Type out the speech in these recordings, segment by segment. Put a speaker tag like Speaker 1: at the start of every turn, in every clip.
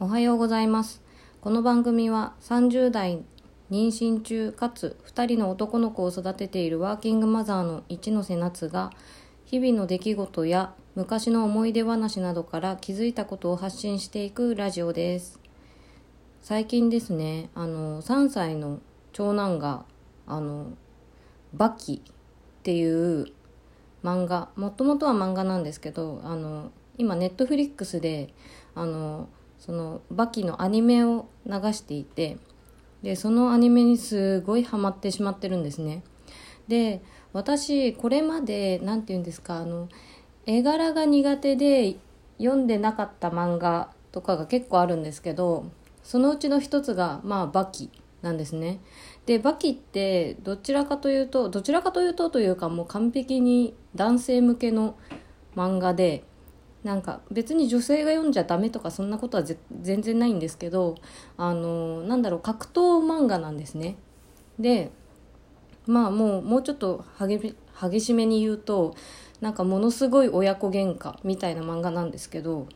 Speaker 1: おはようございます。この番組は30代妊娠中かつ2人の男の子を育てているワーキングマザーの一ノ瀬夏が日々の出来事や昔の思い出話などから気づいたことを発信していくラジオです。最近ですね、3歳の長男がバキっていう漫画、もともとは漫画なんですけど、今ネットフリックスでそのバキのアニメを流していて、でそのアニメにすごいハマってしまってるんですね。で私これまでなんて言うんですか、絵柄が苦手で読んでなかった漫画とかが結構あるんですけど、そのうちの一つがバキなんですね。でバキってどちらかというとというか、もう完璧に男性向けの漫画で、なんか別に女性が読んじゃダメとかそんなことは全然ないんですけど、格闘漫画なんですね。でもうちょっと激しめに言うと、なんかものすごい親子喧嘩みたいな漫画なんですけど、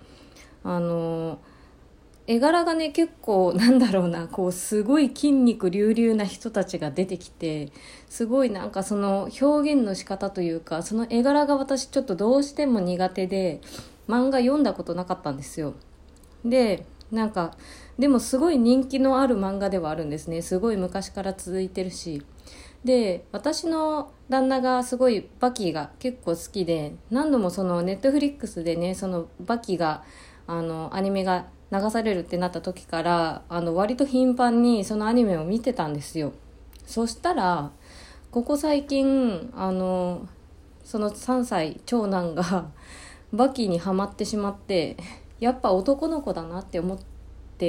Speaker 1: 絵柄がね結構こうすごい筋肉隆々な人たちが出てきて、すごいなんかその表現の仕方というか、その絵柄が私ちょっとどうしても苦手で漫画読んだことなかったんですよ。ででもすごい人気のある漫画ではあるんですね。すごい昔から続いてるし、で私の旦那がすごいバキが結構好きで、何度もそのネットフリックスでね、そのバキがアニメが流されるってなった時から割と頻繁にそのアニメを見てたんですよ。そしたらここ最近その3歳長男がバキにハマってしまって、やっぱ男の子だなって思って、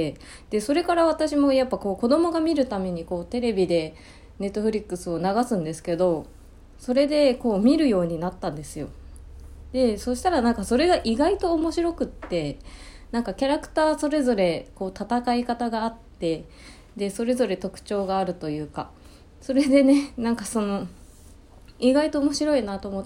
Speaker 1: でそれから私もやっぱこう子供が見るためにこうテレビでネットフリックスを流すんですけど、それでこう見るようになったんですよ。でそしたらなんかそれが意外と面白くって、なんかキャラクターそれぞれこう戦い方があって、でそれぞれ特徴があるというか、それでねその意外と面白いなと思って、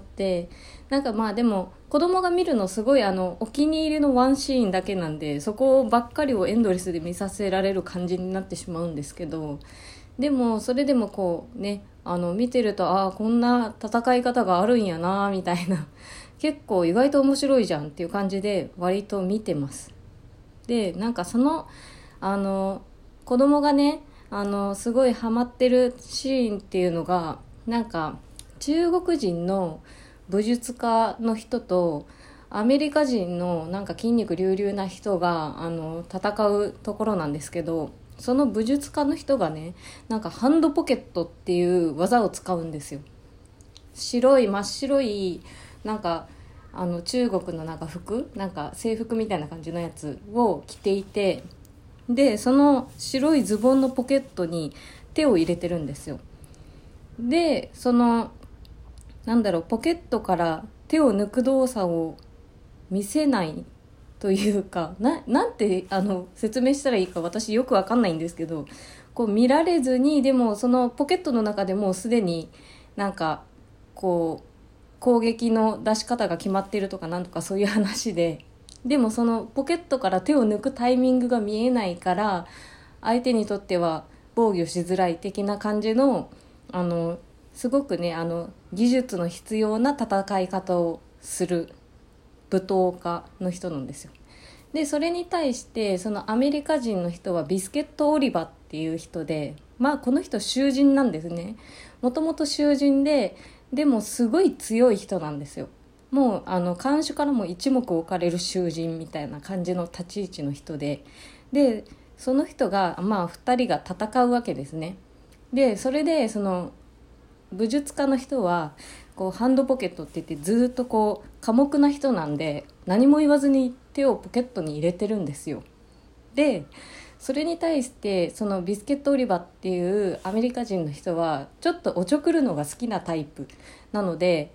Speaker 1: でも子供が見るのすごいお気に入りのワンシーンだけなんで、そこばっかりをエンドレスで見させられる感じになってしまうんですけど、でもそれでもこうね見てると、こんな戦い方があるんやなみたいな結構意外と面白いじゃんっていう感じで割と見てます。でその子供がねすごいハマってるシーンっていうのが、中国人の武術家の人とアメリカ人の筋肉隆々な人が戦うところなんですけど、その武術家の人がねハンドポケットっていう技を使うんですよ。真っ白い中国の服、制服みたいな感じのやつを着ていて、でその白いズボンのポケットに手を入れてるんですよ。でそのポケットから手を抜く動作を見せないというか、なんて説明したらいいか私よくわかんないんですけど、こう見られずに、でもそのポケットの中でもうすでにこう攻撃の出し方が決まってるとかなんとかそういう話で、でもそのポケットから手を抜くタイミングが見えないから、相手にとっては防御しづらい的な感じのすごくね技術の必要な戦い方をする舞踏家の人なんですよ。でそれに対してそのアメリカ人の人はビスケット・オリバっていう人で、この人囚人なんですね。もともと囚人で、でもすごい強い人なんですよ。もう看守からも一目置かれる囚人みたいな感じの立ち位置の人で、でその人が2人が戦うわけですね。でそれでその武術家の人はこうハンドポケットって言って、ずっとこう寡黙な人なんで何も言わずに手をポケットに入れてるんですよ。でそれに対してそのビスケット・オリバっていうアメリカ人の人はちょっとおちょくるのが好きなタイプなので、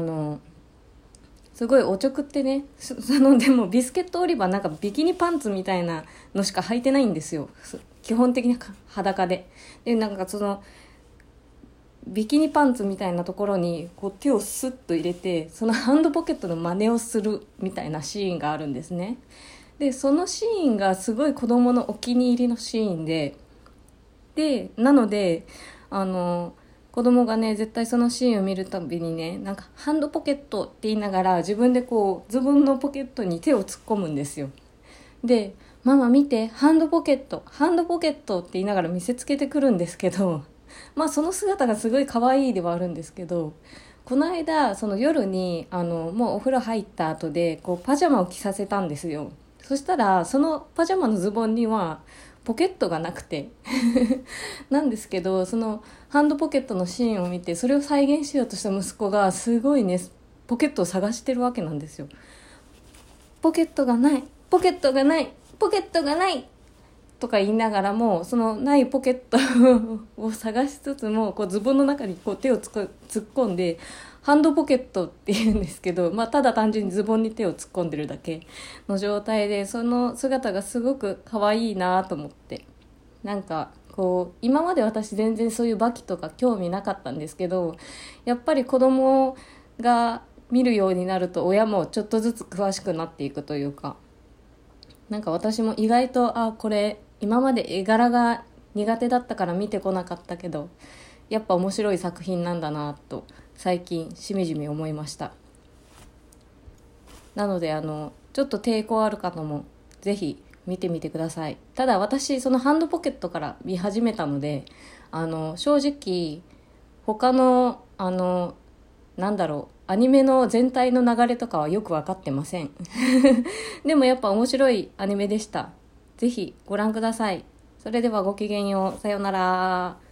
Speaker 1: すごいおちょくってね、でもビスケット・オリバビキニパンツみたいなのしか履いてないんですよ。基本的に裸で、そのビキニパンツみたいなところにこう手をスッと入れて、そのハンドポケットの真似をするみたいなシーンがあるんですね。 でそのシーンがすごい子供のお気に入りのシーンでなので子供がね絶対そのシーンを見るたびにね、なんかハンドポケットって言いながら自分でこうズボンのポケットに手を突っ込むんですよ。でママ見て、ハンドポケットハンドポケットって言いながら見せつけてくるんですけど、まあその姿がすごい可愛いではあるんですけど、この間その夜にもうお風呂入った後でこうパジャマを着させたんですよ。そしたらそのパジャマのズボンにはポケットがなくてなんですけど、そのハンドポケットのシーンを見てそれを再現しようとした息子がすごいね、ポケットを探してるわけなんですよ。ポケットがないポケットがないポケットがないとか言いながらも、そのないポケットを探しつつもこうズボンの中にこう手を突っ込んでハンドポケットって言うんですけど、まあ、ただ単純にズボンに手を突っ込んでるだけの状態で、その姿がすごく可愛いなと思って、なんかこう今まで私全然そういうバキとか興味なかったんですけど、やっぱり子供が見るようになると親もちょっとずつ詳しくなっていくというか、なんか私も意外とこれ今まで絵柄が苦手だったから見てこなかったけど、やっぱ面白い作品なんだなと最近しみじみ思いました。なのでちょっと抵抗ある方もぜひ見てみてください。ただ私そのハンドポケットから見始めたので正直他のなんだろう、アニメの全体の流れとかはよく分かってませんでもやっぱ面白いアニメでした。ぜひご覧ください。それではごきげんよう。さようなら。